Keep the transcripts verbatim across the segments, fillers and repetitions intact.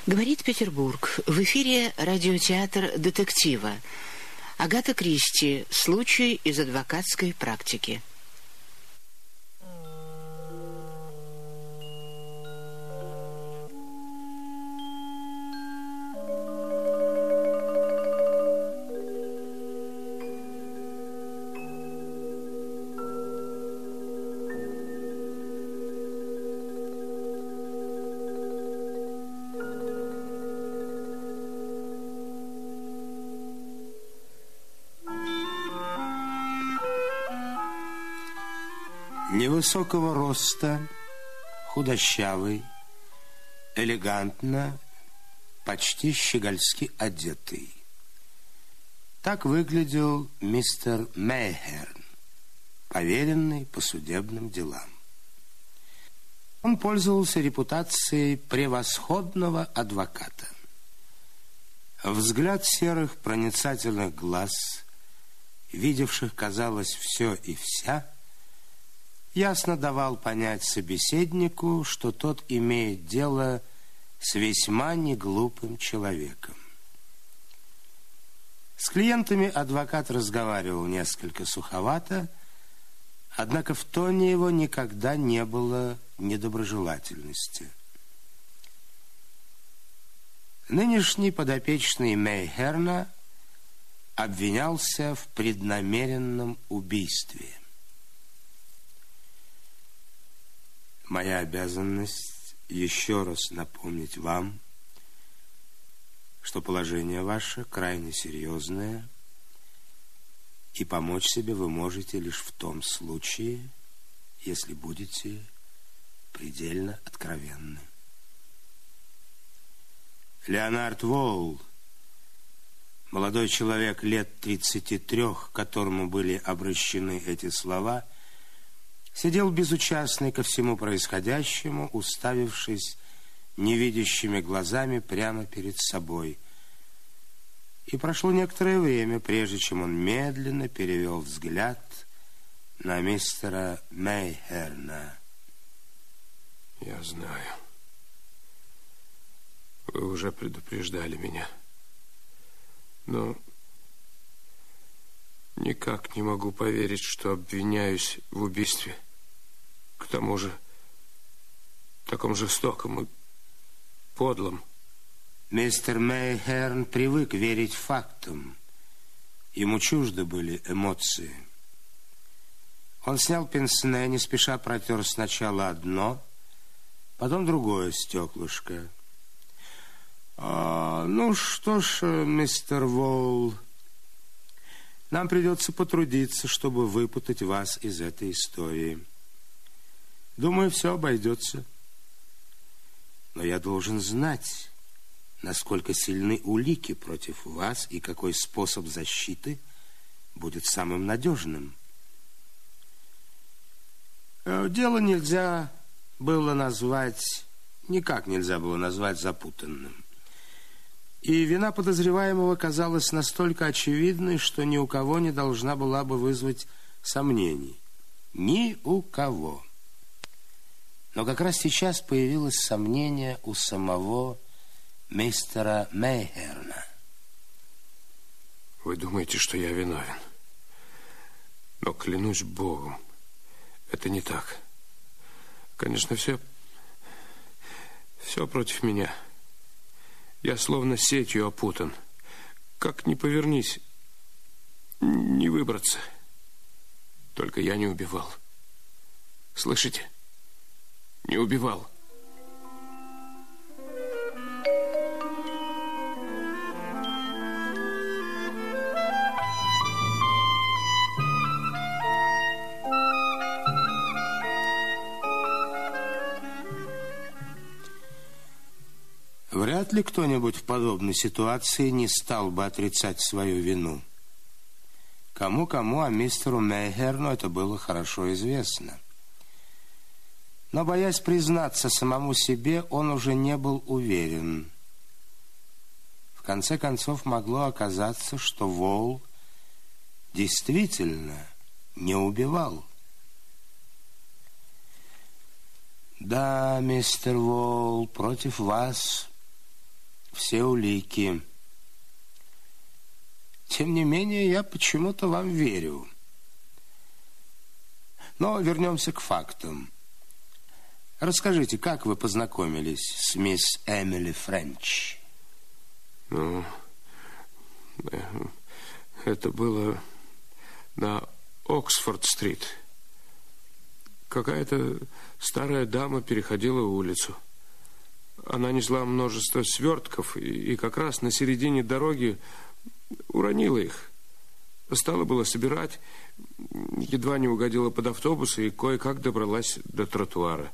Говорит Петербург. В эфире радиотеатр детектива. Агата Кристи. Случай из адвокатской практики. Невысокого роста, худощавый, элегантно, почти щегольски одетый. Так выглядел мистер Мейхерн, поверенный по судебным делам. Он пользовался репутацией превосходного адвоката. Взгляд серых проницательных глаз, видевших, казалось, все и вся, ясно давал понять собеседнику, что тот имеет дело с весьма неглупым человеком. С клиентами адвокат разговаривал несколько суховато, однако в тоне его никогда не было недоброжелательности. Нынешний подопечный Мейхерна обвинялся в преднамеренном убийстве. Моя обязанность еще раз напомнить вам, что положение ваше крайне серьезное, и помочь себе вы можете лишь в том случае, если будете предельно откровенны. Леонард Воул, молодой человек лет тридцати трех, к которому были обращены эти слова, сидел безучастный ко всему происходящему, уставившись невидящими глазами прямо перед собой. И прошло некоторое время, прежде чем он медленно перевел взгляд на мистера Мейхерна. Я знаю. Вы уже предупреждали меня. Но никак не могу поверить, что обвиняюсь в убийстве. К тому же, таком жестоком и подлом. Мистер Мейхерн привык верить фактам. Ему чужды были эмоции. Он снял пенсне, не спеша протер сначала одно, потом другое стеклышко. А, ну что ж, мистер Воул, нам придется потрудиться, чтобы выпутать вас из этой истории. Думаю, все обойдется. Но я должен знать, насколько сильны улики против вас и какой способ защиты будет самым надежным. Дело нельзя было назвать, никак нельзя было назвать запутанным. И вина подозреваемого казалась настолько очевидной, что ни у кого не должна была бы вызвать сомнений. Ни у кого. Но как раз сейчас появилось сомнение у самого мистера Мейхерна. Вы думаете, что я виновен? Но клянусь Богом, это не так. Конечно, все, все против меня. Я словно сетью опутан. Как ни повернись, не выбраться. Только я не убивал. Слышите? Не убивал. Вряд ли кто-нибудь в подобной ситуации не стал бы отрицать свою вину. Кому-кому, а мистеру Мейхерну это было хорошо известно. Но, боясь признаться самому себе, он уже не был уверен. В конце концов, могло оказаться, что Воул действительно не убивал. Да, мистер Воул, против вас все улики. Тем не менее, я почему-то вам верю. Но вернемся к фактам. Расскажите, как вы познакомились с мисс Эмили Френч? Ну, это было на Оксфорд-стрит. Какая-то старая дама переходила улицу. Она несла множество свертков и, и как раз на середине дороги уронила их. Стала было собирать, едва не угодила под автобус и кое-как добралась до тротуара.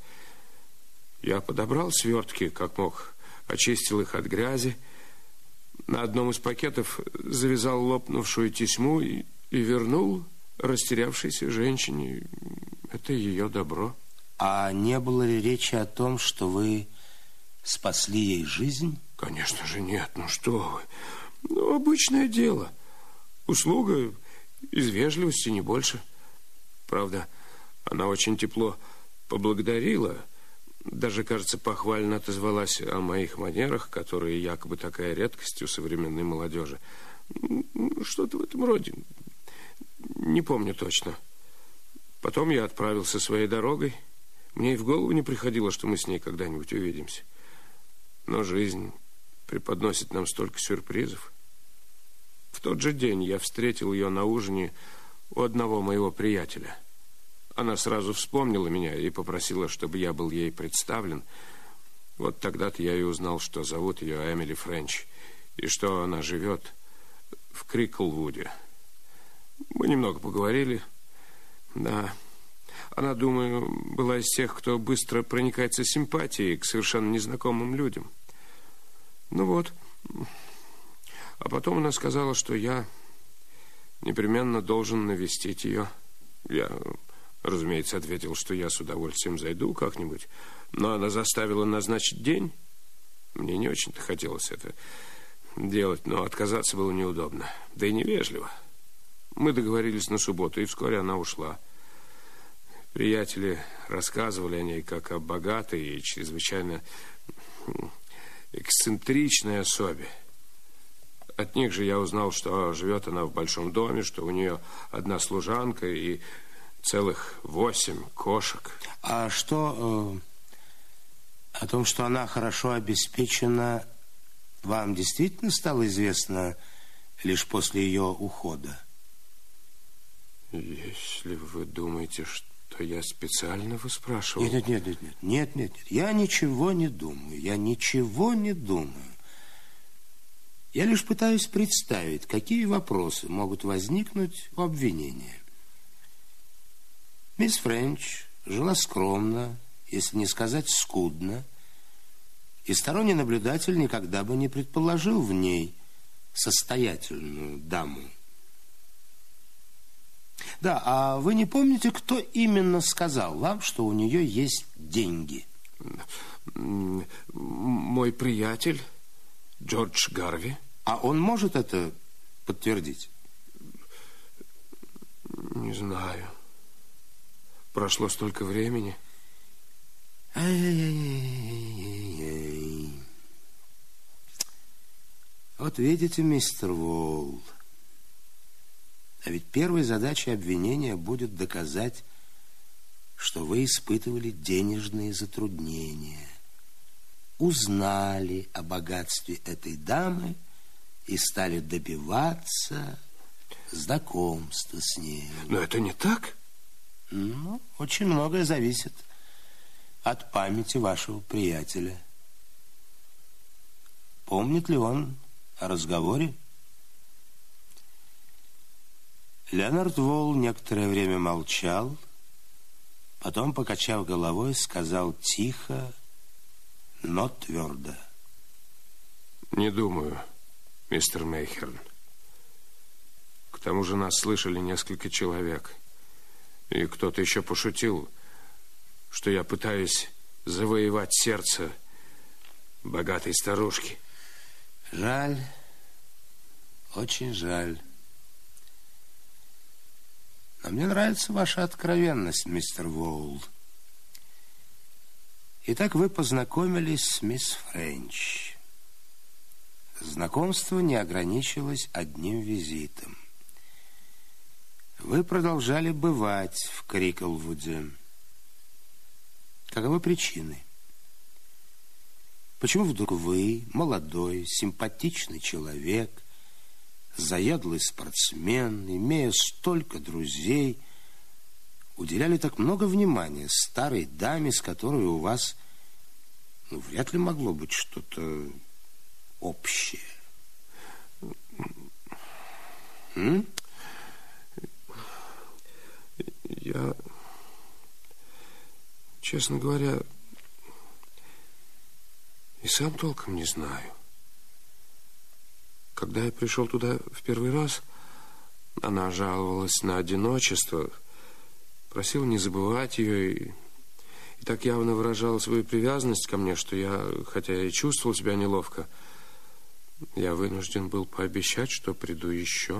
Я подобрал свертки, как мог, очистил их от грязи. На одном из пакетов завязал лопнувшую тесьму и, и вернул растерявшейся женщине. Это ее добро. А не было ли речи о том, что вы спасли ей жизнь? Конечно же нет. Ну что вы. Ну, обычное дело. Услуга из вежливости, не больше. Правда, она очень тепло поблагодарила. Даже, кажется, похвально отозвалась о моих манерах, которые якобы такая редкость у современной молодежи. Что-то в этом роде. Не помню точно. Потом я отправился своей дорогой. Мне и в голову не приходило, что мы с ней когда-нибудь увидимся. Но жизнь преподносит нам столько сюрпризов. В тот же день я встретил ее на ужине у одного моего приятеля. Она сразу вспомнила меня и попросила, чтобы я был ей представлен. Вот тогда-то я и узнал, что зовут ее Эмили Френч, и что она живет в Криклвуде. Мы немного поговорили. Да, она, думаю, была из тех, кто быстро проникается симпатией к совершенно незнакомым людям. Ну вот. А потом она сказала, что я непременно должен навестить ее. Я, разумеется, ответил, что я с удовольствием зайду как-нибудь. Но она заставила назначить день. Мне не очень-то хотелось это делать, но отказаться было неудобно. Да и невежливо. Мы договорились на субботу, и вскоре она ушла. Приятели рассказывали о ней как о богатой и чрезвычайно эксцентричной особе. От них же я узнал, что живет она в большом доме, что у нее одна служанка и целых восемь кошек. А что э, о том, что она хорошо обеспечена, вам действительно стало известно лишь после ее ухода? Если вы думаете, что я специально вас спрашивал... Нет, нет, нет, нет, нет, нет, нет, нет. Я ничего не думаю, я ничего не думаю. Я лишь пытаюсь представить, какие вопросы могут возникнуть у обвинения. Мисс Френч жила скромно, если не сказать скудно, и сторонний наблюдатель никогда бы не предположил в ней состоятельную даму. Да, а вы не помните, кто именно сказал вам, что у нее есть деньги? Мой приятель Джордж Гарви. А он может это подтвердить? Не знаю. Прошло столько времени. Ай-яй-яй-яй-яй. Вот видите, мистер Уолл, а ведь первой задачей обвинения будет доказать, что вы испытывали денежные затруднения, узнали о богатстве этой дамы и стали добиваться знакомства с ней. Но это не так? Ну, очень многое зависит от памяти вашего приятеля. Помнит ли он о разговоре? Леонард Уолл некоторое время молчал, потом, покачав головой, сказал тихо, но твердо: не думаю, мистер Мейхерн. К тому же нас слышали несколько человек. И кто-то еще пошутил, что я пытаюсь завоевать сердце богатой старушки. Жаль, очень жаль. Но мне нравится ваша откровенность, мистер Уолл. Итак, вы познакомились с мисс Френч. Знакомство не ограничилось одним визитом. Вы продолжали бывать в Криклвуде. Каковы причины? Почему вдруг вы, молодой, симпатичный человек, заядлый спортсмен, имея столько друзей, уделяли так много внимания старой даме, с которой у вас, ну, вряд ли могло быть что-то общее? М? Я, честно говоря, и сам толком не знаю. Когда я пришел туда в первый раз, она жаловалась на одиночество, просила не забывать ее, и, и так явно выражала свою привязанность ко мне, что я, хотя я и чувствовал себя неловко, я вынужден был пообещать, что приду еще.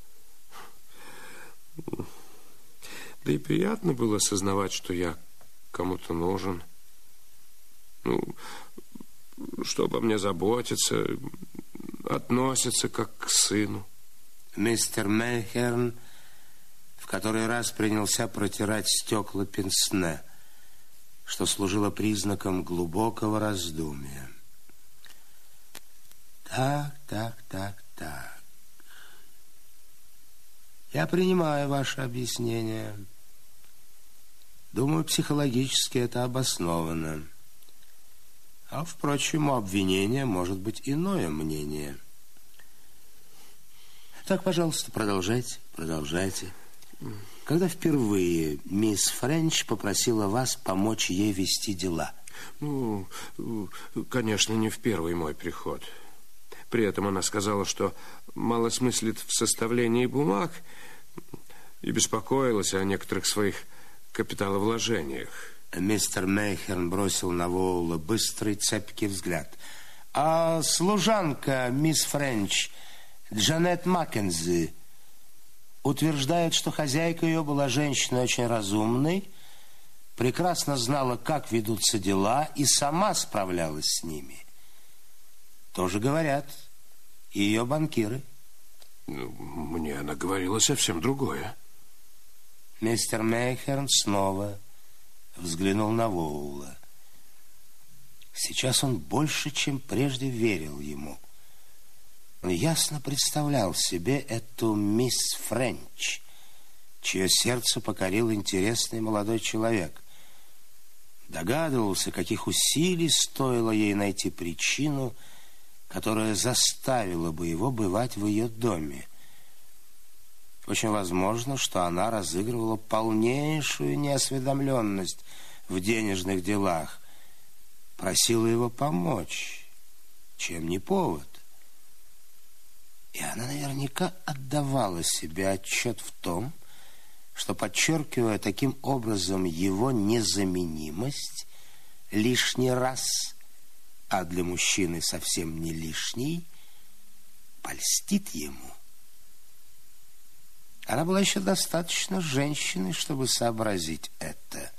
Да и приятно было осознавать, что я кому-то нужен. Ну, что обо мне заботится, относится как к сыну. Мистер Мейхерн в который раз принялся протирать стекла пенсне, что служило признаком глубокого раздумья. Так, так, так, так. Я принимаю ваше объяснение. Думаю, психологически это обосновано. А, впрочем, у обвинения может быть иное мнение. Так, пожалуйста, продолжайте, продолжайте. Когда впервые мисс Френч попросила вас помочь ей вести дела? Ну, конечно, не в первый мой приход. При этом она сказала, что мало смыслит в составлении бумаг и беспокоилась о некоторых своих капиталовложениях. Мистер Мейхерн бросил на Воула быстрый цепкий взгляд. А служанка мисс Френч, Джанет Маккензи, утверждает, что хозяйка ее была женщиной очень разумной, прекрасно знала, как ведутся дела, и сама справлялась с ними. Тоже говорят и ее банкиры. Ну, мне она говорила совсем другое. Мистер Мейхерн снова взглянул на Воула. Сейчас он больше, чем прежде, верил ему. Он ясно представлял себе эту мисс Френч, чье сердце покорил интересный молодой человек. Догадывался, каких усилий стоило ей найти причину, которая заставила бы его бывать в ее доме. Очень возможно, что она разыгрывала полнейшую неосведомленность в денежных делах, просила его помочь, чем не повод. И она наверняка отдавала себе отчет в том, что, подчеркивая таким образом его незаменимость лишний раз, а для мужчины совсем не лишний, польстит ему. Она была еще достаточно женщиной, чтобы сообразить это.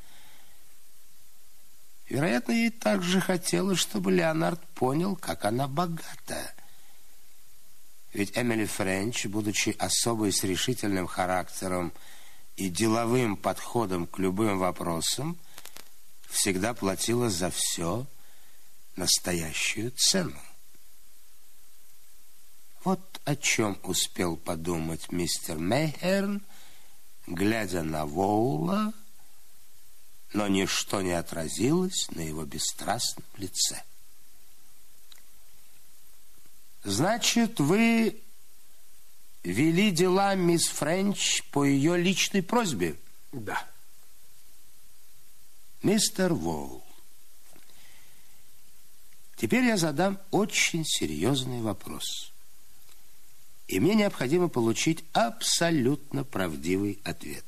Вероятно, ей также хотелось, чтобы Леонард понял, как она богата. Ведь Эмили Френч, будучи особой с решительным характером и деловым подходом к любым вопросам, всегда платила за все настоящую цену. Вот о чем успел подумать мистер Мейхерн, глядя на Воула, но ничто не отразилось на его бесстрастном лице. Значит, вы вели дела мисс Френч по ее личной просьбе? Да. Мистер Воул, теперь я задам очень серьезный вопрос. И мне необходимо получить абсолютно правдивый ответ.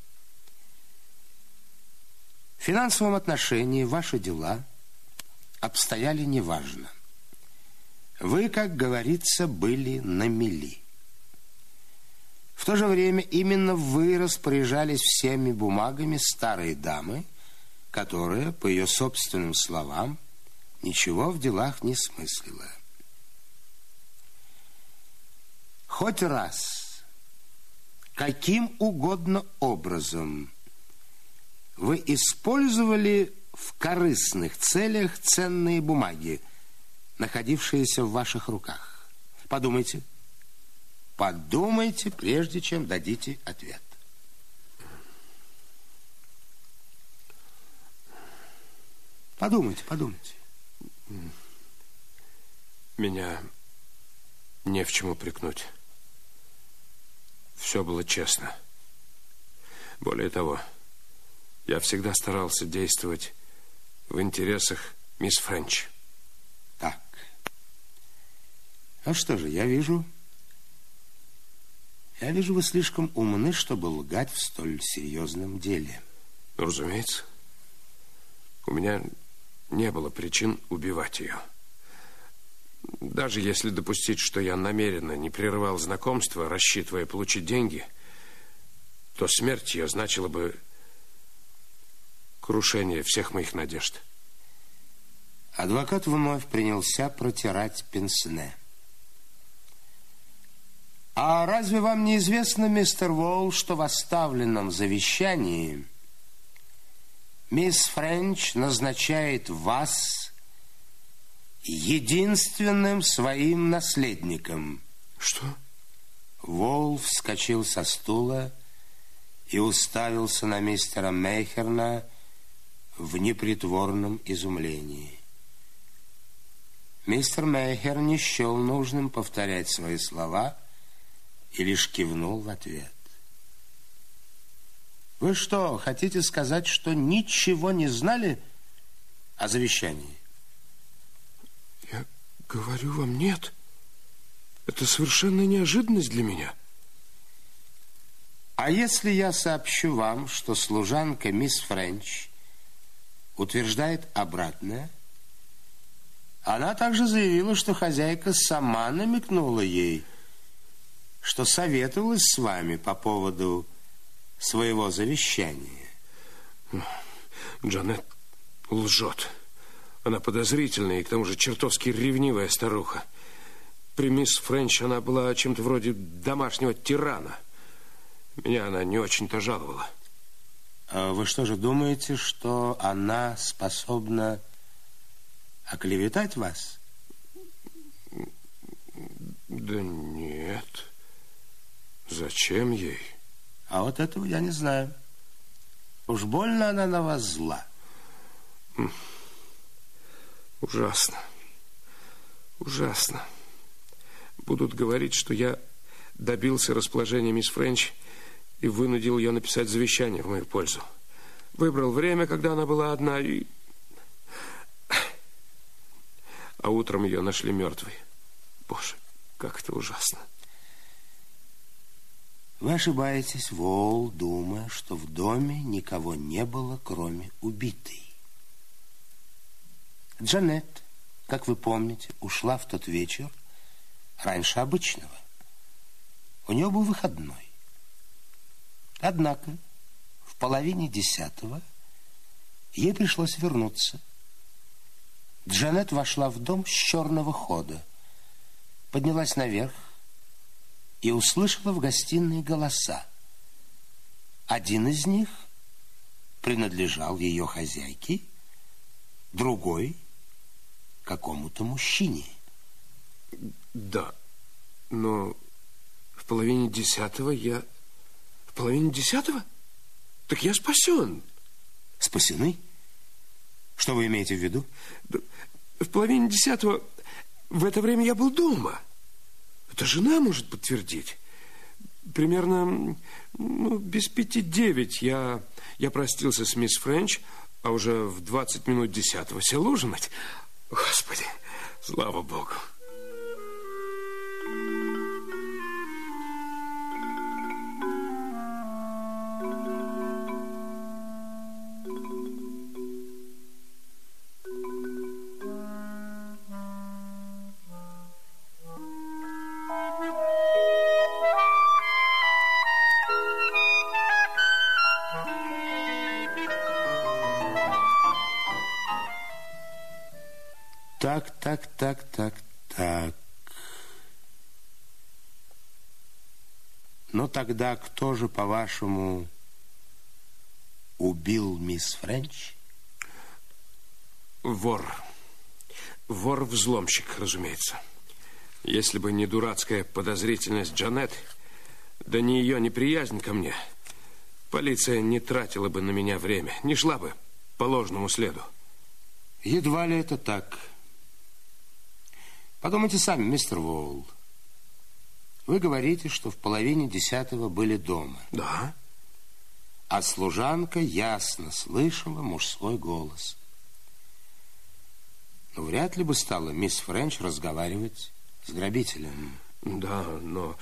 В финансовом отношении ваши дела обстояли неважно. Вы, как говорится, были на мели. В то же время именно вы распоряжались всеми бумагами старой дамы, которая, по ее собственным словам, ничего в делах не смыслила. хоть раз, каким угодно образом вы использовали в корыстных целях ценные бумаги, находившиеся в ваших руках? Подумайте. Подумайте, прежде чем дадите ответ. Подумайте, подумайте. Меня не в чем упрекнуть. Все было честно. Более того, я всегда старался действовать в интересах мисс Френч. Так. А что же, я вижу... Я вижу, вы слишком умны, чтобы лгать в столь серьезном деле. Ну, разумеется. У меня не было причин убивать ее. Даже если допустить, что я намеренно не прерывал знакомство, рассчитывая получить деньги, то смерть ее значила бы крушение всех моих надежд. Адвокат вновь принялся протирать пенсне. А разве вам не известно, мистер Уолл, что в оставленном завещании мисс Френч назначает вас единственным своим наследником? Что? Уолл вскочил со стула и уставился на мистера Мейхерна в непритворном изумлении. Мистер Мейхер не счел нужным повторять свои слова и лишь кивнул в ответ. Вы что, хотите сказать, что ничего не знали о завещании? Я говорю вам, нет. Это совершенная неожиданность для меня. А если я сообщу вам, что служанка мисс Френч утверждает обратное? Она также заявила, что хозяйка сама намекнула ей, что советовалась с вами по поводу своего завещания. Джанет лжет. Она подозрительная и к тому же чертовски ревнивая старуха. При мисс Френч она была чем-то вроде домашнего тирана. Меня она не очень-то жаловала. А вы что же думаете, что она способна оклеветать вас? Да нет. Зачем ей? А вот этого я не знаю. Уж больно она на вас зла. Ужасно. Ужасно. Будут говорить, что я добился расположения мисс Френч и вынудил ее написать завещание в мою пользу. Выбрал время, когда она была одна, и... А утром ее нашли мертвой. Боже, как это ужасно. Вы ошибаетесь, Уолл, думая, что в доме никого не было, кроме убитой. Джанет, как вы помните, ушла в тот вечер раньше обычного. У нее был выходной. Однако в половине десятого ей пришлось вернуться. Джанет вошла в дом с черного хода, поднялась наверх и услышала в гостиной голоса. Один из них принадлежал ее хозяйке, другой — какому-то мужчине. Да, но в половине десятого я... В половине десятого? Так я спасен. Спасены? Что вы имеете в виду? В половине десятого в это время я был дома. Это жена может подтвердить. Примерно ну, без пяти девять я, я простился с мисс Френч, а уже в двадцать минут десятого сел ужинать. Господи, слава Богу. Так, так, так, так, так. Но тогда кто же, по-вашему, убил мисс Френч? Вор. Вор-взломщик, разумеется. Если бы не дурацкая подозрительность Джанет, да не ее неприязнь ко мне, полиция не тратила бы на меня время, не шла бы по ложному следу. Едва ли это так. Подумайте сами, мистер Воул. Вы говорите, что в половине десятого были дома. Да. А служанка ясно слышала мужской голос. Но вряд ли бы стала мисс Френч разговаривать с грабителем. Да, но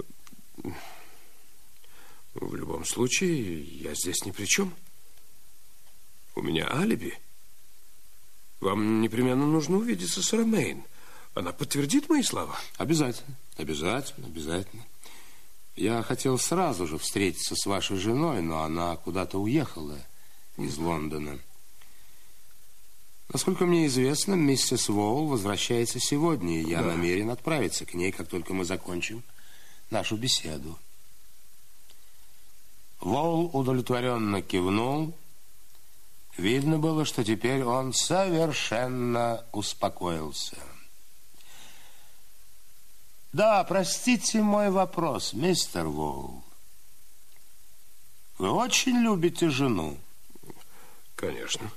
в любом случае я здесь ни при чем. У меня алиби. Вам непременно нужно увидеться с Ромейн. Она подтвердит мои слова? Обязательно, обязательно, обязательно. Я хотел сразу же встретиться с вашей женой, но она куда-то уехала из Лондона. Насколько мне известно, миссис Воул возвращается сегодня, и я да. намерен отправиться к ней, как только мы закончим нашу беседу. Воул удовлетворенно кивнул. Видно было, что теперь он совершенно успокоился. Да, простите мой вопрос, мистер Воул. Вы очень любите жену? Конечно.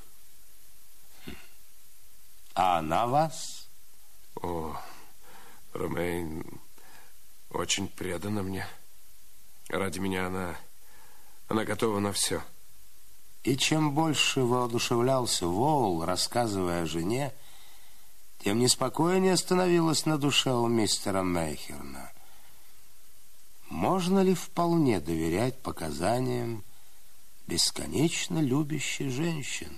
А она вас? О, Ромейн очень предана мне. Ради меня она, она готова на все. И чем больше воодушевлялся Воул, рассказывая о жене, тем неспокойнее становилось на душе у мистера Мейхерна. Можно ли вполне доверять показаниям бесконечно любящей женщины?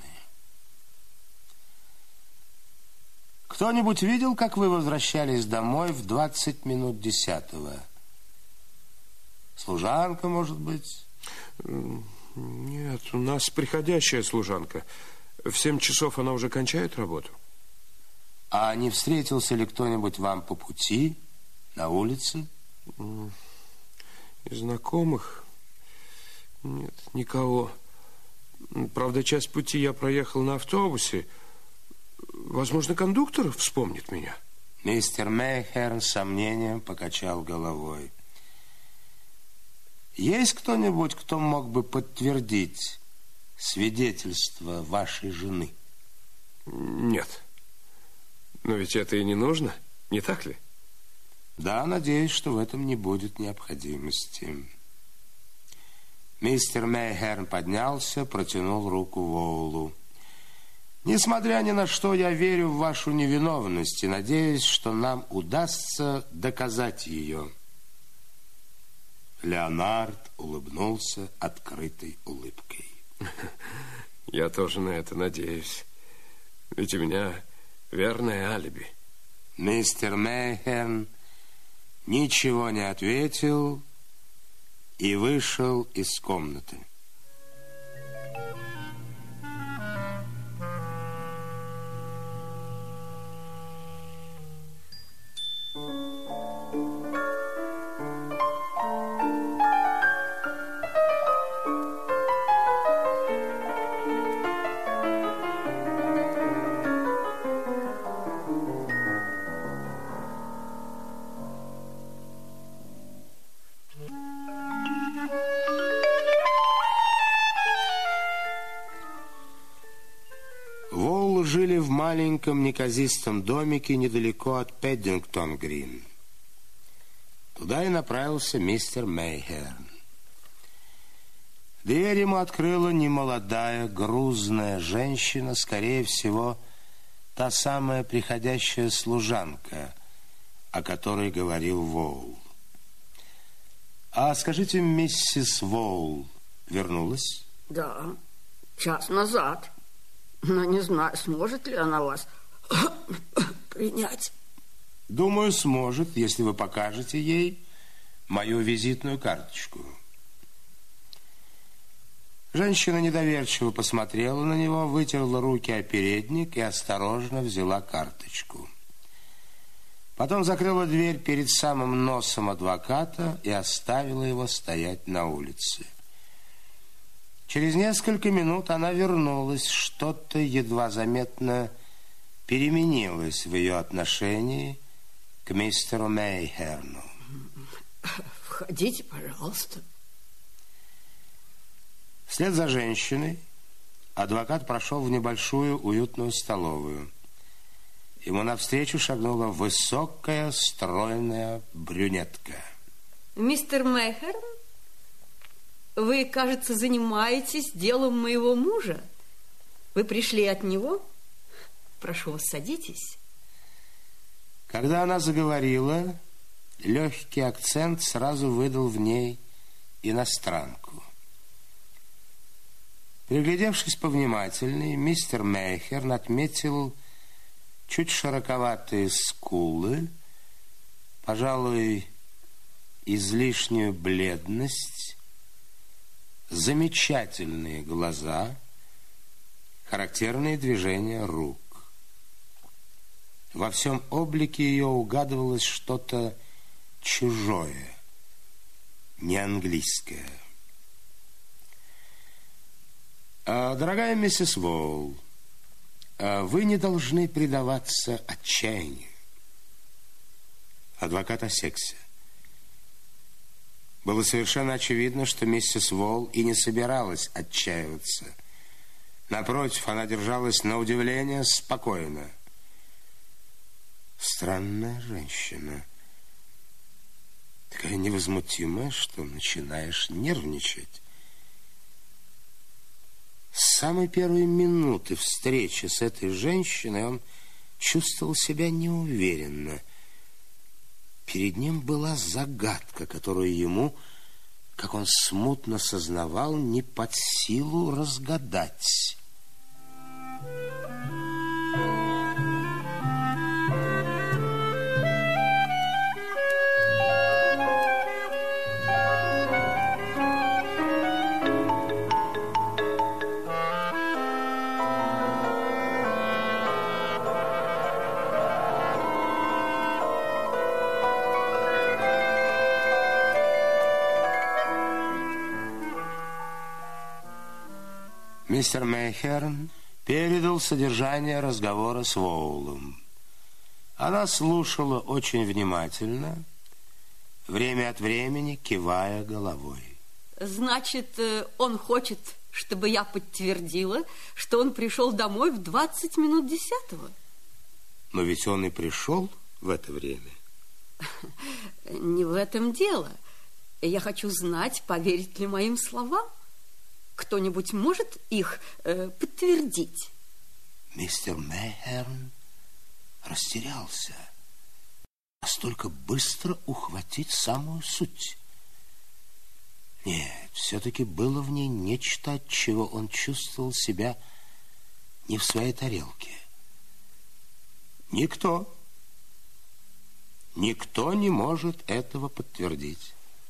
Кто-нибудь видел, как вы возвращались домой в двадцать минут десятого? Служанка, может быть? Нет, у нас приходящая служанка. В семь часов она уже кончает работу. А не встретился ли кто-нибудь вам по пути, на улице? Из знакомых? Нет, никого. Правда, часть пути я проехал на автобусе. Возможно, кондуктор вспомнит меня. Мистер Мейхерн с сомнением покачал головой. Есть кто-нибудь, кто мог бы подтвердить свидетельство вашей жены? Нет. Но ведь это и не нужно, не так ли? Да, надеюсь, что в этом не будет необходимости. Мистер Мейхерн поднялся, протянул руку Воулу. Несмотря ни на что, я верю в вашу невиновность и надеюсь, что нам удастся доказать ее. Леонард улыбнулся открытой улыбкой. Я тоже на это надеюсь. Ведь у меня верное алиби. Мистер Мейхерн ничего не ответил и вышел из комнаты. Жили в маленьком неказистом домике недалеко от Пэддингтон-Грин. Туда и направился мистер Мейхерн. Дверь ему открыла немолодая, грузная женщина, скорее всего, та самая приходящая служанка, о которой говорил Воул. А скажите, миссис Воул вернулась? Да, час назад. Но не знаю, сможет ли она вас принять. Думаю, сможет, если вы покажете ей мою визитную карточку. Женщина недоверчиво посмотрела на него, вытерла руки о передник и осторожно взяла карточку. Потом закрыла дверь перед самым носом адвоката и оставила его стоять на улице. Через несколько минут она вернулась. Что-то едва заметно переменилось в ее отношении к мистеру Мейхерну. Входите, пожалуйста. Вслед за женщиной адвокат прошел в небольшую уютную столовую. Ему навстречу шагнула высокая, стройная брюнетка. Мистер Мейхерн, вы, кажется, занимаетесь делом моего мужа. Вы пришли от него? Прошу вас, садитесь. Когда она заговорила, легкий акцент сразу выдал в ней иностранку. Приглядевшись повнимательней, мистер Мейхерн отметил чуть широковатые скулы, пожалуй, излишнюю бледность, замечательные глаза, характерные движения рук. Во всем облике ее угадывалось что-то чужое, не английское. Дорогая миссис Воул, вы не должны предаваться отчаянию. Адвокат осекся. Было совершенно очевидно, что миссис Воул и не собиралась отчаиваться. Напротив, она держалась на удивление спокойно. Странная женщина. Такая невозмутимая, что начинаешь нервничать. С самой первой минуты встречи с этой женщиной он чувствовал себя неуверенно. Перед ним была загадка, которую ему, как он смутно сознавал, не под силу разгадать. Мистер Мейхерн передал содержание разговора с Воулом. Она слушала очень внимательно, время от времени кивая головой. Значит, он хочет, чтобы я подтвердила, что он пришел домой в двадцать минут десятого? Но ведь он и пришел в это время. Не в этом дело. Я хочу знать, поверит ли моим словам. Кто-нибудь может их э, подтвердить? Мистер Мейхерн растерялся. Настолько быстро ухватить самую суть. Нет, все-таки было в ней нечто, от чего он чувствовал себя не в своей тарелке. Никто, никто не может этого подтвердить.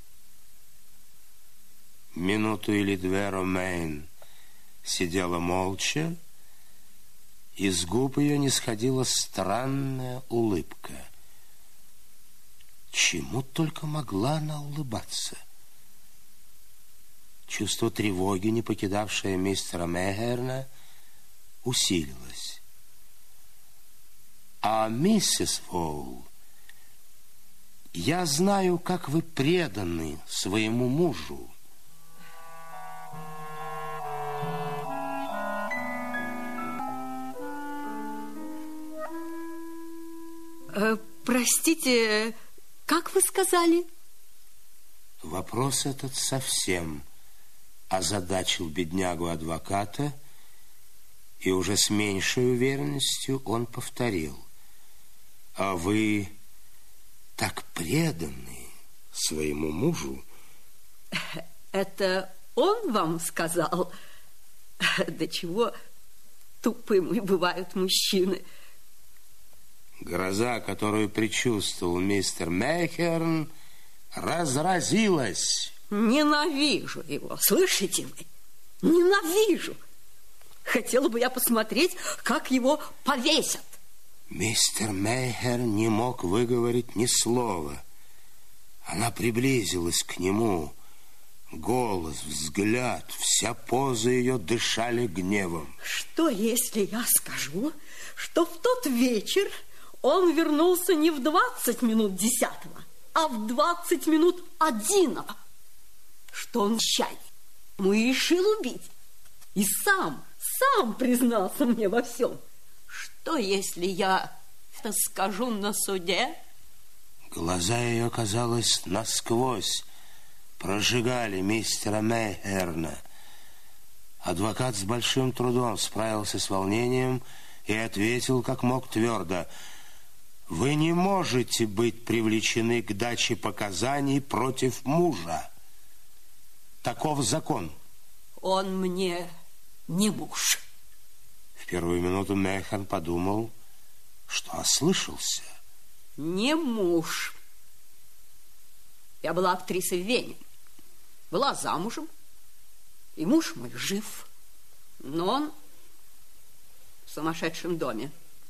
Минуту или две Ромейн сидела молча, и с губ ее не сходила странная улыбка. Чему только могла она улыбаться? Чувство тревоги, не покидавшее мистера Мейхерна, усилилось. А миссис Воул, я знаю, как вы преданы своему мужу. Простите, как вы сказали? Вопрос этот совсем озадачил беднягу-адвоката, и уже с меньшей уверенностью он повторил. А вы так преданы своему мужу? Это он вам сказал? До чего тупыми бывают мужчины. Гроза, которую предчувствовал мистер Мейхерн, разразилась. Ненавижу его, слышите вы? Ненавижу. Хотела бы я посмотреть, как его повесят. Мистер Мейхер не мог выговорить ни слова. Она приблизилась к нему. Голос, взгляд, вся поза ее дышали гневом. Что, если я скажу, что в тот вечер он вернулся не в двадцать минут десятого, а в двадцать минут одиннадцатого? Что он чай ему и решил убить. И сам, сам признался мне во всем. Что, если я это скажу на суде? Глаза ее, казалось, насквозь прожигали мистера Мейхерна. Адвокат с большим трудом справился с волнением и ответил как мог твердо: «Вы не можете быть привлечены к даче показаний против мужа. Таков закон». Он мне не муж. В первую минуту Мейхерн подумал, что ослышался. Не муж. Я была актрисой в Вене. Была замужем. И муж мой жив. Но он в сумасшедшем доме.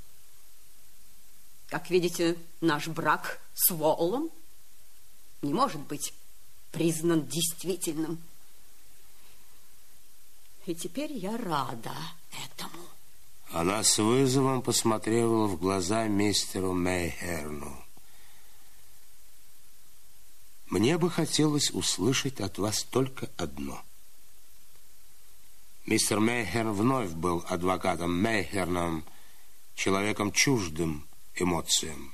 Как видите, наш брак с Воулом не может быть признан действительным. И теперь я рада этому. Она с вызовом посмотрела в глаза мистеру Мейхерну. «Мне бы хотелось услышать от вас только одно». Мистер Мейхерн вновь был адвокатом Мейхерном, человеком чуждым эмоциям.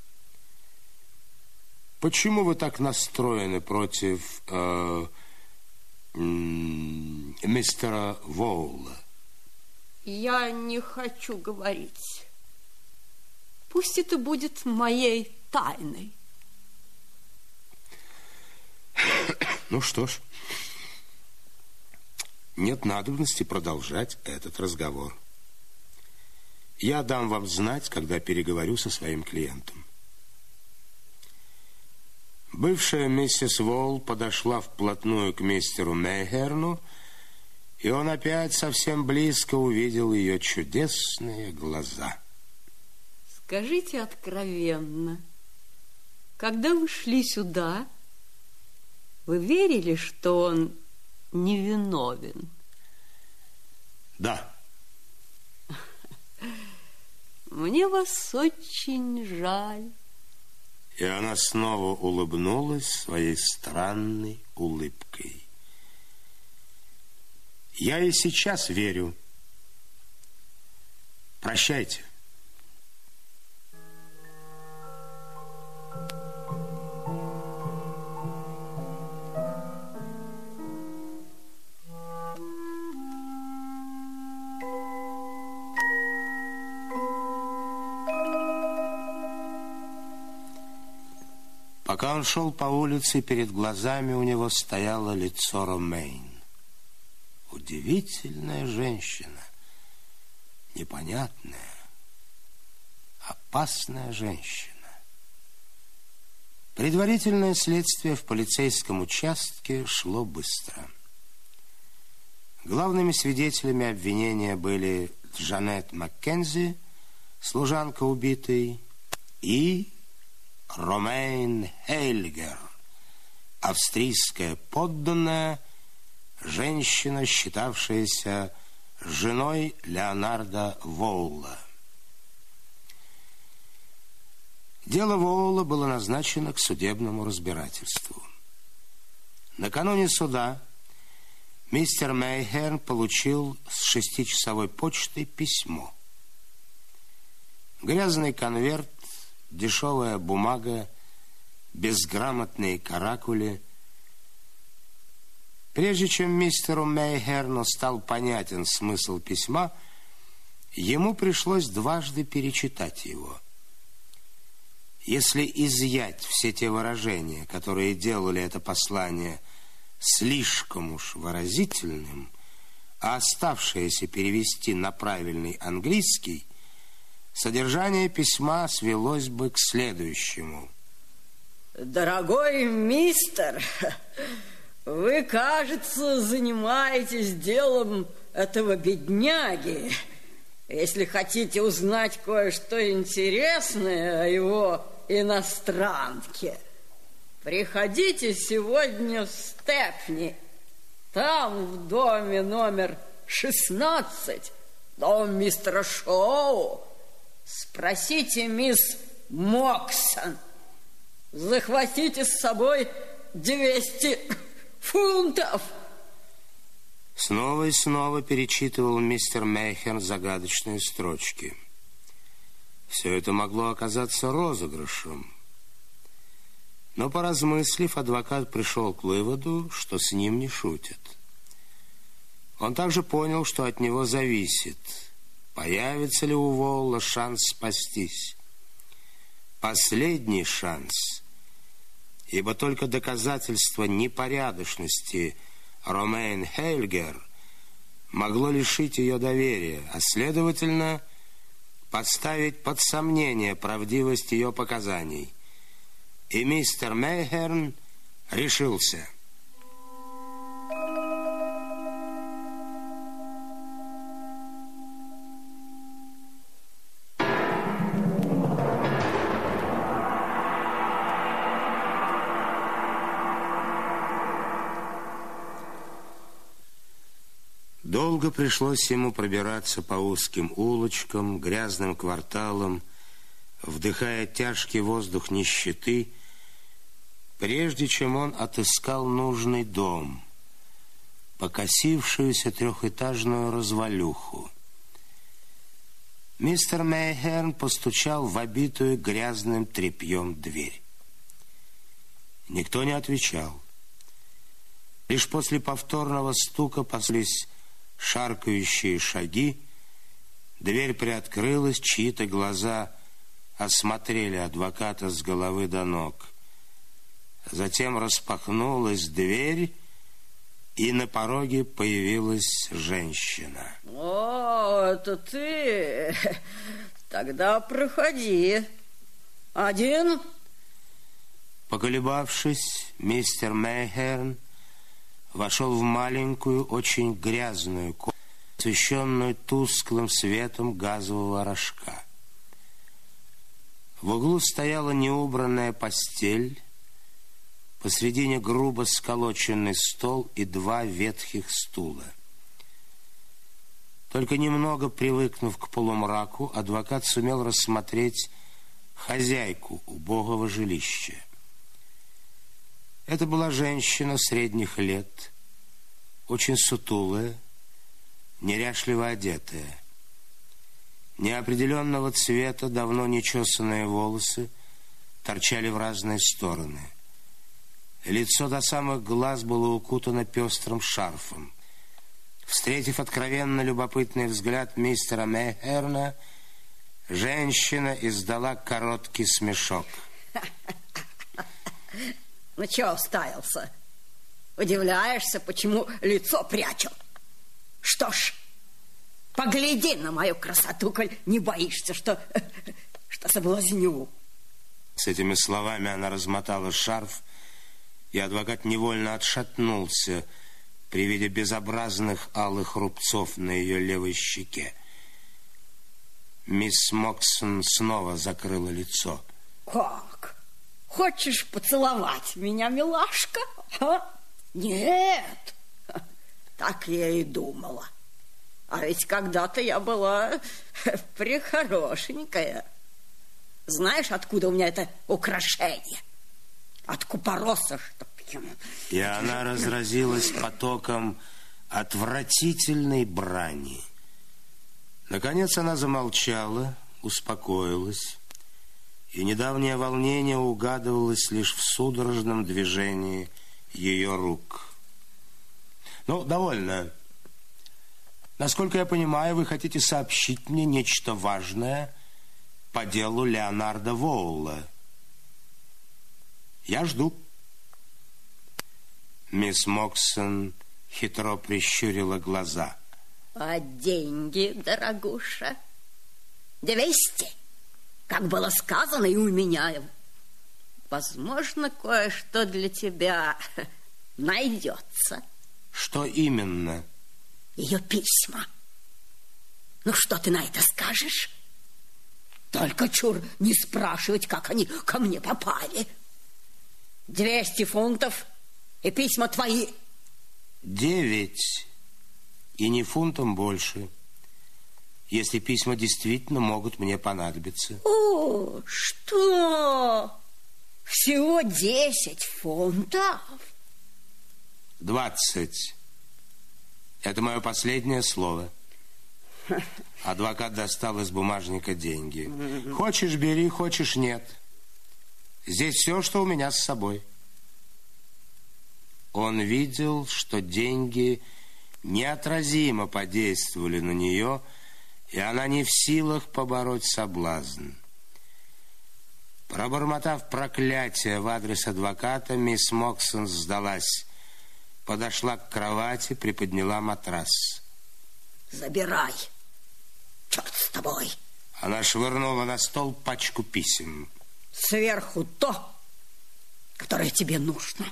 «Почему вы так настроены против э, мистера Воула?» Я не хочу говорить. Пусть это будет моей тайной. Ну что ж, нет надобности продолжать этот разговор. Я дам вам знать, когда переговорю со своим клиентом. Бывшая миссис Воул подошла вплотную к мистеру Мейхерну, и он опять совсем близко увидел ее чудесные глаза. Скажите откровенно, когда вы шли сюда, вы верили, что он невиновен? Да. Мне вас очень жаль. И она снова улыбнулась своей странной улыбкой. Я и сейчас верю. Прощайте. Пока он шел по улице, перед глазами у него стояло лицо Ромейн. Удивительная женщина, непонятная, опасная женщина. Предварительное следствие в полицейском участке шло быстро. Главными свидетелями обвинения были Джанет Маккензи, служанка убитой, и Ромейн Хейльгер, австрийская подданная, женщина, считавшаяся женой Леонарда Воула. Дело Воула было назначено к судебному разбирательству. Накануне суда мистер Мейхерн получил с шестичасовой почтой письмо. Грязный конверт, дешевая бумага, безграмотные каракули. Прежде чем мистеру Мейхерну стал понятен смысл письма, ему пришлось дважды перечитать его. Если изъять все те выражения, которые делали это послание слишком уж выразительным, а оставшееся перевести на правильный английский, содержание письма свелось бы к следующему. Дорогой мистер, вы, кажется, занимаетесь делом этого бедняги, Если хотите узнать кое-что интересное о его иностранке, приходите сегодня в Степни. Там, в доме номер шестнадцать, дом мистера Шоу, спросите мисс Моксон. Захватите с собой двести фунтов. Снова и снова перечитывал мистер Мейхерн загадочные строчки. Все это могло оказаться розыгрышем. Но, поразмыслив, адвокат пришел к выводу, что с ним не шутят. Он также понял, что от него зависит, появится ли у Воула шанс спастись. Последний шанс, ибо только доказательство непорядочности Ромейн Хейльгер могло лишить ее доверия, а, следовательно, подставить под сомнение правдивость ее показаний. И мистер Мейхерн решился. Долго пришлось ему пробираться по узким улочкам, грязным кварталам, вдыхая тяжкий воздух нищеты, прежде чем он отыскал нужный дом, покосившуюся трехэтажную развалюху. Мистер Мейхерн постучал в обитую грязным тряпьем дверь. Никто не отвечал. Лишь после повторного стука послышались шаркающие шаги, дверь приоткрылась, чьи-то глаза осмотрели адвоката с головы до ног. Затем распахнулась дверь, и на пороге появилась женщина. О, это ты? Тогда проходи. Один? Поколебавшись, мистер Мейхерн вошел в маленькую, очень грязную комнату, освещенную тусклым светом газового рожка. В углу стояла неубранная постель, посредине грубо сколоченный стол и два ветхих стула. Только немного привыкнув к полумраку, адвокат сумел рассмотреть хозяйку убогого жилища. Это была женщина средних лет, очень сутулая, неряшливо одетая. Неопределенного цвета, давно нечесанные волосы торчали в разные стороны. Лицо до самых глаз было укутано пестрым шарфом. Встретив откровенно любопытный взгляд мистера Мейхерна, женщина издала короткий смешок. Ну, чего уставился? Удивляешься, почему лицо прячу? Что ж, погляди на мою красоту, коль не боишься, что, что соблазню. С этими словами она размотала шарф, и адвокат невольно отшатнулся при виде безобразных алых рубцов на ее левой щеке. Мисс Моксон снова закрыла лицо. Как? Хочешь поцеловать меня, милашка? А? Нет, так я и думала. А ведь когда-то я была прехорошенькая. Знаешь, откуда у меня это украшение? От купороса, чтоб ему... И она разразилась потоком отвратительной брани. Наконец она замолчала, успокоилась, и недавнее волнение угадывалось лишь в судорожном движении ее рук. Ну, довольно. Насколько я понимаю, вы хотите сообщить мне нечто важное по делу Леонарда Воула. Я жду. Мисс Моксон хитро прищурила глаза. А деньги, дорогуша? Двести. Как было сказано и у меня. Возможно, кое-что для тебя найдется. Что именно? Ее письма. Ну, что ты на это скажешь? Только чур не спрашивать, как они ко мне попали. Двести фунтов и письма твои. Девять. И не фунтом больше, если письма действительно могут мне понадобиться. О, что? Всего десять фунтов? Двадцать. Это мое последнее слово. Адвокат достал из бумажника деньги. Хочешь, бери, хочешь, нет. Здесь все, что у меня с собой. Он видел, что деньги неотразимо подействовали на нее, и она не в силах побороть соблазн. Пробормотав проклятие в адрес адвоката, мисс Моксон сдалась. Подошла к кровати, приподняла матрас. Забирай. Черт с тобой. Она швырнула на стол пачку писем. Сверху то, которое тебе нужно.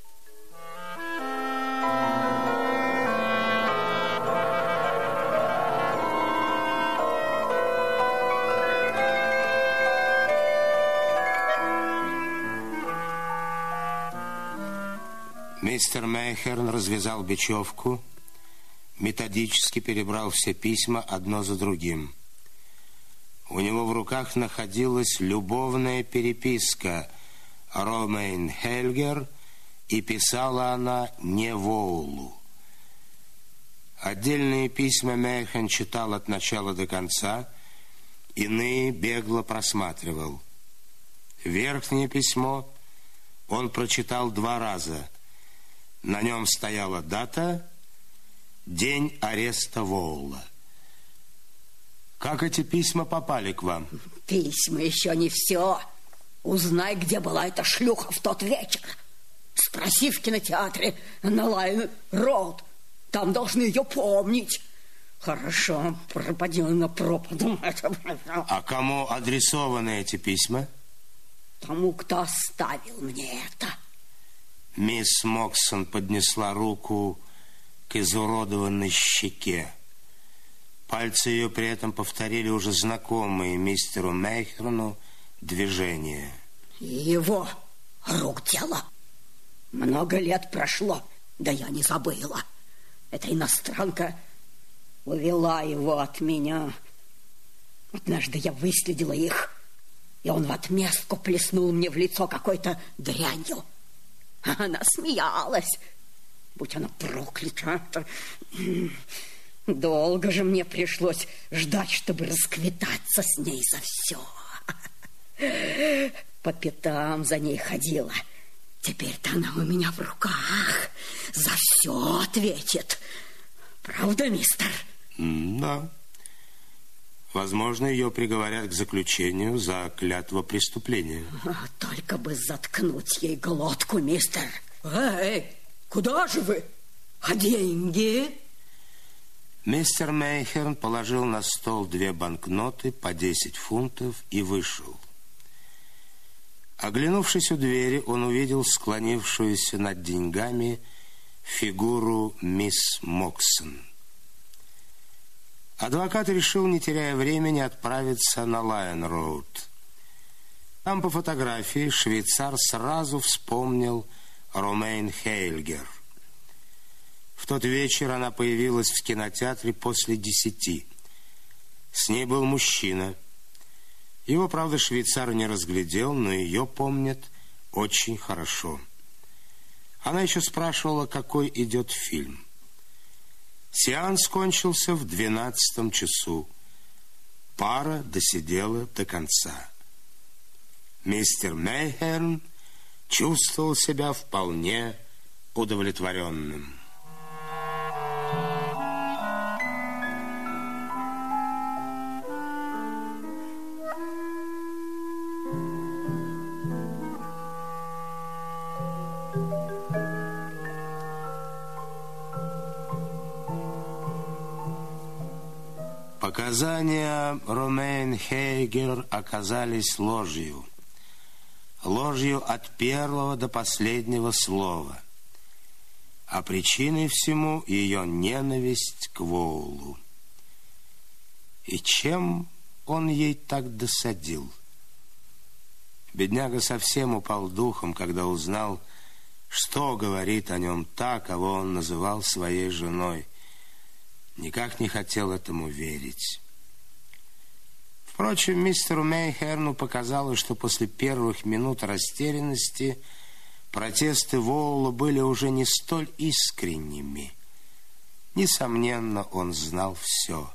Мистер Мейхерн развязал бечевку, методически перебрал все письма одно за другим. У него в руках находилась любовная переписка Ромейн Хейльгер, и писала она не Воулу. Отдельные письма Мейхерн читал от начала до конца, иные бегло просматривал. Верхнее письмо он прочитал два раза. На нем стояла дата, день ареста Воула. Как эти письма попали к вам? Письма еще не все. Узнай, где была эта шлюха в тот вечер. Спроси в кинотеатре на Лайн-Роуд. Там должны ее помнить. Хорошо, пропади на пропаду. А кому адресованы эти письма? Тому, кто оставил мне это. Мисс Моксон поднесла руку к изуродованной щеке. Пальцы ее при этом повторили уже знакомые мистеру Мейхерну движения. Его рук дело. Много лет прошло, да я не забыла. Эта иностранка увела его от меня. Однажды я выследила их, и он в отместку плеснул мне в лицо какой-то дрянью. Она смеялась. Будь она проклята. Долго же мне пришлось ждать, чтобы расквитаться с ней за все. По пятам за ней ходила. Теперь-то она у меня в руках. За все ответит. Правда, мистер? Да. Возможно, ее приговорят к заключению за клятвопреступление. Только бы заткнуть ей глотку, мистер. Эй, куда же вы? А деньги? Мистер Мейхерн положил на стол две банкноты по десять фунтов и вышел. Оглянувшись у двери, он увидел склонившуюся над деньгами фигуру мисс Моксон. Адвокат решил, не теряя времени, отправиться на Лайн-Роуд. Там по фотографии швейцар сразу вспомнил Ромейн Хейльгер. В тот вечер она появилась в кинотеатре после десяти. С ней был мужчина. Его, правда, швейцар не разглядел, но ее помнят очень хорошо. Она еще спрашивала, какой идет фильм. Сеанс кончился в двенадцатом часу. Пара досидела до конца. Мистер Мейхерн чувствовал себя вполне удовлетворенным. Показания Ромейн Хейльгер оказались ложью. Ложью от первого до последнего слова. А причиной всему ее ненависть к Воулу. И чем он ей так досадил? Бедняга совсем упал духом, когда узнал, что говорит о нем та, кого он называл своей женой. Никак не хотел этому верить. Впрочем, мистеру Мейхерну показалось, что после первых минут растерянности протесты Воула были уже не столь искренними. Несомненно, он знал все.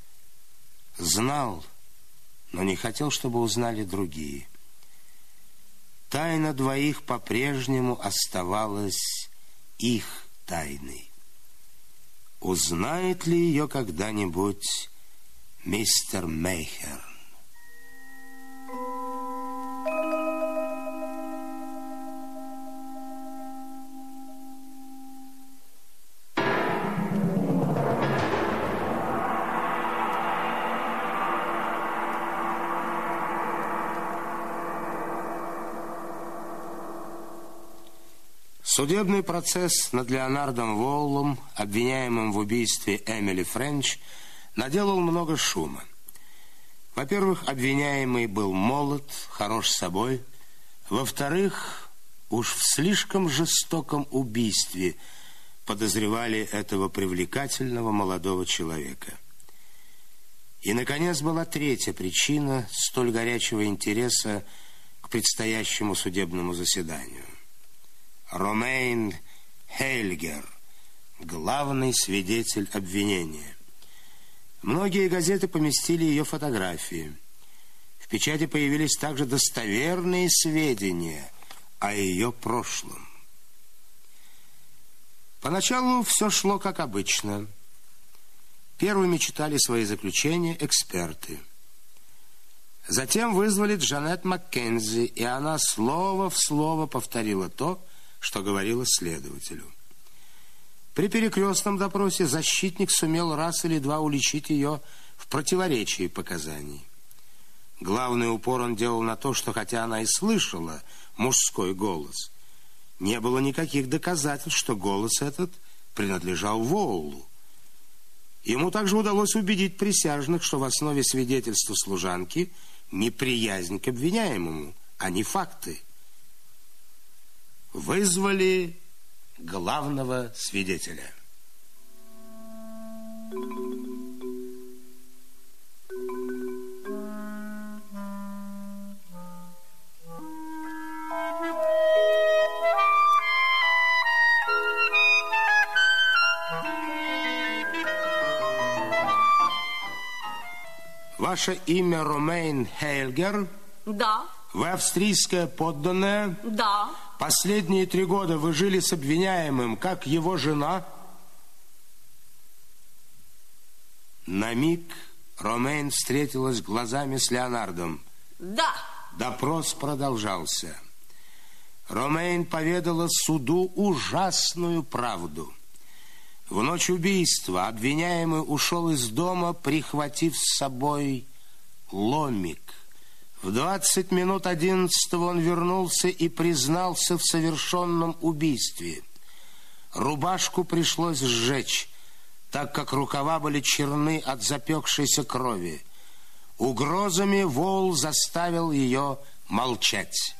Знал, но не хотел, чтобы узнали другие. Тайна двоих по-прежнему оставалась их тайной. Узнает ли ее когда-нибудь мистер Мейхерн? Судебный процесс над Леонардом Воулом, обвиняемым в убийстве Эмили Френч, наделал много шума. Во-первых, обвиняемый был молод, хорош собой. Во-вторых, уж в слишком жестоком убийстве подозревали этого привлекательного молодого человека. И, наконец, была третья причина столь горячего интереса к предстоящему судебному заседанию. Ромейн Хейльгер, главный свидетель обвинения. Многие газеты поместили ее фотографии. В печати появились также достоверные сведения о ее прошлом. Поначалу все шло как обычно. Первыми читали свои заключения эксперты. Затем вызвали Джанет Маккензи, и она слово в слово повторила то, что говорила следователю. При перекрестном допросе защитник сумел раз или два уличить ее в противоречии показаний. Главный упор он делал на то, что хотя она и слышала мужской голос, не было никаких доказательств, что голос этот принадлежал Воулу. Ему также удалось убедить присяжных, что в основе свидетельства служанки неприязнь к обвиняемому, а не факты. Вызвали главного свидетеля. Ваше имя Ромейн Хейльгер? Да. Вы австрийская подданная? Да. Последние три года вы жили с обвиняемым, как его жена? На миг Ромейн встретилась глазами с Леонардом. Да. Допрос продолжался. Ромейн поведала суду ужасную правду. В ночь убийства обвиняемый ушел из дома, прихватив с собой ломик. В двадцать минут одиннадцатого он вернулся и признался в совершенном убийстве. Рубашку пришлось сжечь, так как рукава были черны от запекшейся крови. Угрозами Воул заставил ее молчать.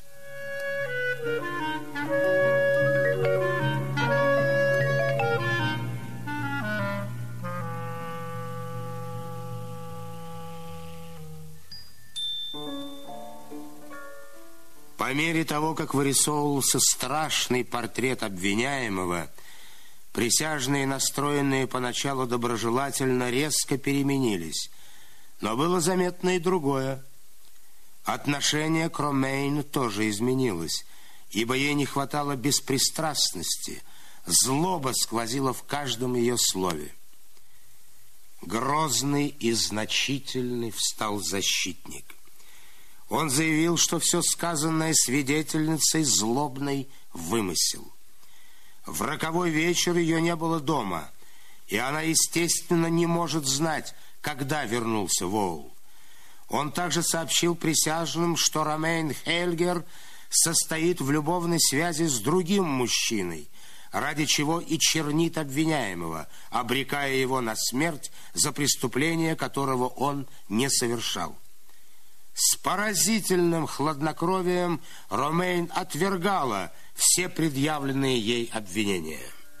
По мере того, как вырисовывался страшный портрет обвиняемого, присяжные, настроенные поначалу доброжелательно, резко переменились. Но было заметно и другое. Отношение к Ромейну тоже изменилось, ибо ей не хватало беспристрастности, злоба сквозила в каждом ее слове. Грозный и значительный встал защитник. Он заявил, что все сказанное свидетельницей злобный вымысел. В роковой вечер ее не было дома, и она, естественно, не может знать, когда вернулся Воул. Он также сообщил присяжным, что Ромейн Хейльгер состоит в любовной связи с другим мужчиной, ради чего и чернит обвиняемого, обрекая его на смерть за преступление, которого он не совершал. С поразительным хладнокровием Ромейн отвергала все предъявленные ей обвинения.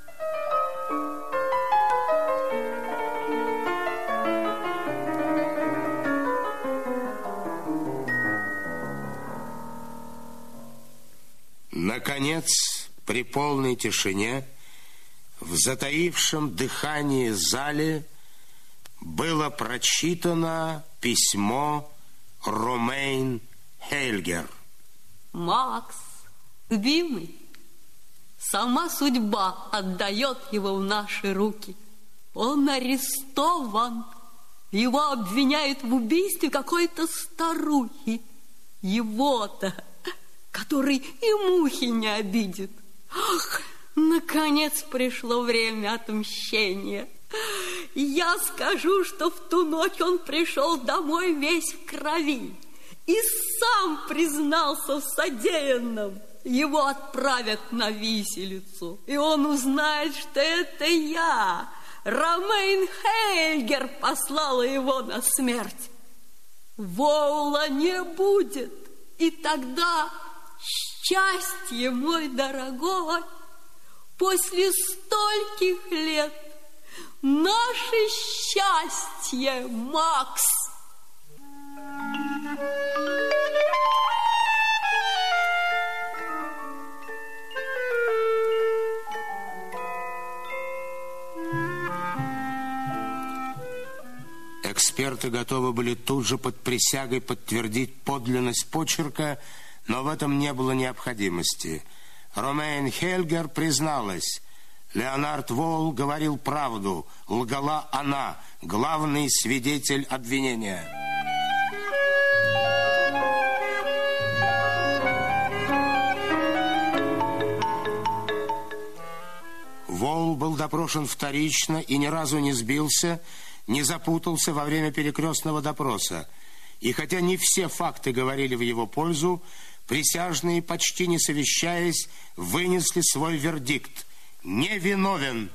Наконец, при полной тишине, в затаившем дыхании зале было прочитано письмо Ромейн Хейльгер. Макс, любимый, сама судьба отдает его в наши руки. Он арестован. Его обвиняют в убийстве какой-то старухи. Его-то, который и мухи не обидит. Ах, наконец пришло время отмщения. Я скажу, что в ту ночь он пришел домой весь в крови и сам признался в содеянном. Его отправят на виселицу, и он узнает, что это я, Ромейн Хейльгер, послала его на смерть. Воула не будет, и тогда счастье, мой дорогой, после стольких лет наше счастье, Макс. Эксперты готовы были тут же под присягой подтвердить подлинность почерка, но в этом не было необходимости. Ромейн Хейльгер призналась. Леонард Воул говорил правду, лгала она, главный свидетель обвинения. Воул был допрошен вторично и ни разу не сбился, не запутался во время перекрестного допроса. И хотя не все факты говорили в его пользу, присяжные, почти не совещаясь, вынесли свой вердикт: невиновен.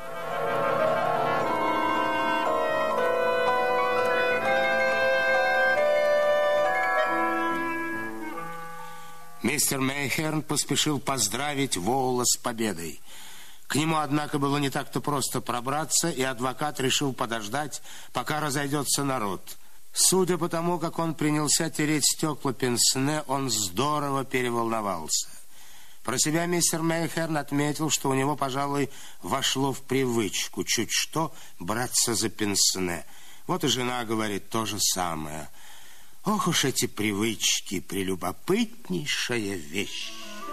Мистер Мейхерн поспешил поздравить Воула с победой. К нему, однако, было не так-то просто пробраться, и адвокат решил подождать, пока разойдется народ. Судя по тому, как он принялся тереть стекла пенсне, он здорово переволновался. Про себя мистер Мейхерн отметил, что у него, пожалуй, вошло в привычку чуть что браться за пенсне. Вот и жена говорит то же самое. Ох уж эти привычки, прелюбопытнейшая вещь.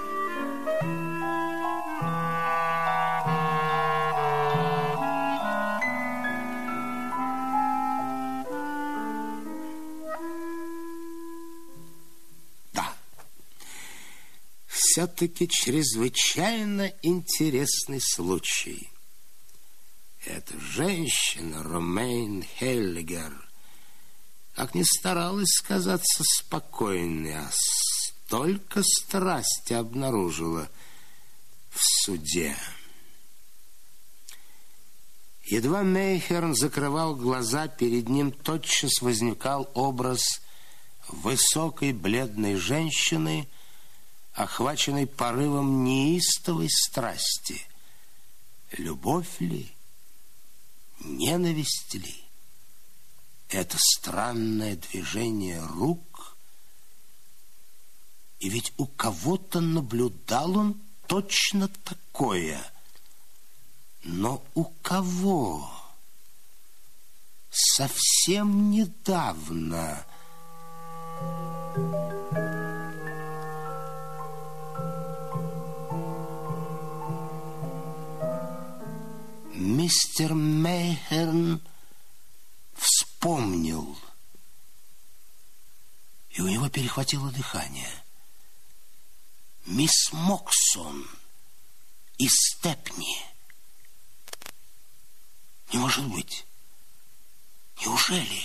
Все-таки чрезвычайно интересный случай. Эта женщина, Ромейн Хейльгер, как ни старалась казаться спокойной, а столько страсти обнаружила в суде. Едва Мейхерн закрывал глаза, перед ним тотчас возникал образ высокой бледной женщины, охваченный порывом неистовой страсти. Любовь ли? Ненависть ли? Это странное движение рук? И ведь у кого-то наблюдал он точно такое. Но у кого? Совсем недавно... Мистер Мейхерн вспомнил, и у него перехватило дыхание. Мисс Моксон из Степни. Не может быть. Неужели?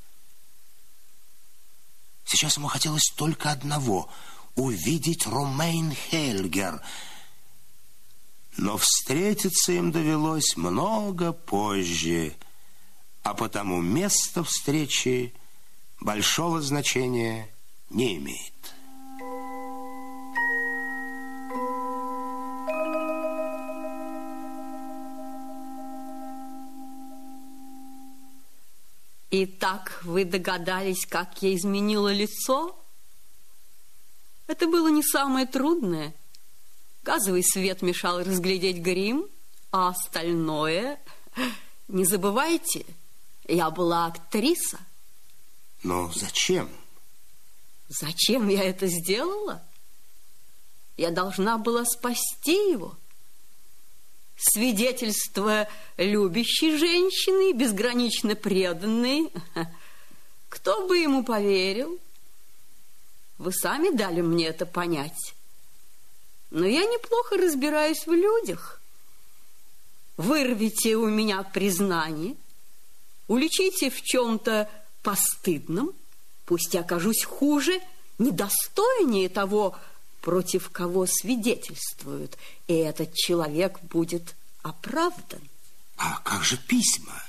Сейчас ему хотелось только одного — увидеть Ромейн Хейльгер. но встретиться им довелось много позже, а потому место встречи большого значения не имеет. Итак, вы догадались, как я изменила лицо? Это было не самое трудное. Газовый свет мешал разглядеть грим, а остальное... Не забывайте, я была актриса. Но зачем? Зачем я это сделала? Я должна была спасти его. Свидетельство любящей женщины, безгранично преданной. Кто бы ему поверил? Вы сами дали мне это понять. Но я неплохо разбираюсь в людях. Вырвите у меня признание, уличите в чем-то постыдном, пусть я окажусь хуже, недостойнее того, против кого свидетельствуют, и этот человек будет оправдан. А как же письма?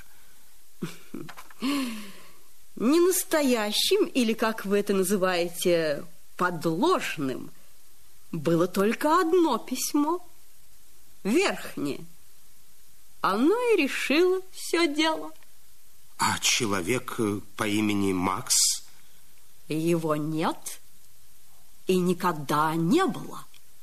Не настоящим, или, как вы это называете, подложным, было только одно письмо, верхнее. Оно и решило все дело. А человек по имени Макс? Его нет и никогда не было.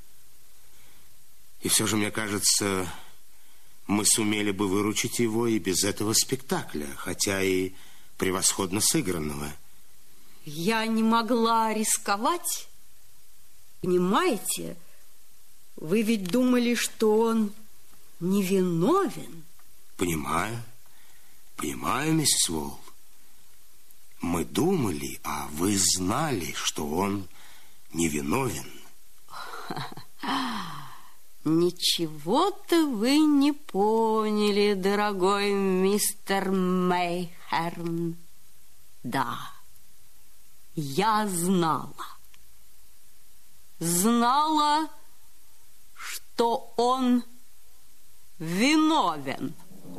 И все же, мне кажется, мы сумели бы выручить его и без этого спектакля, хотя и превосходно сыгранного. Я не могла рисковать. Понимаете, вы ведь думали, что он невиновен. Понимаю, понимаю, миссис Уолл. Мы думали, а вы знали, что он невиновен. Ничего-то вы не поняли, дорогой мистер Мейхерн. Да, я знала. Знала, что он виновен.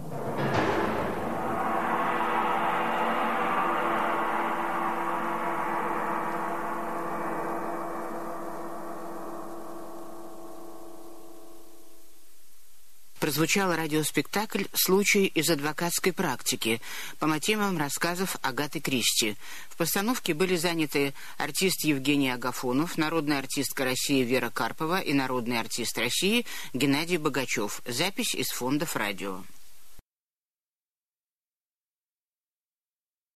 Прозвучал радиоспектакль «Случай из адвокатской практики» по мотивам рассказов Агаты Кристи. В постановке были заняты артист Евгений Агафонов, народная артистка России Вера Карпова и народный артист России Геннадий Богачев. Запись из фондов радио.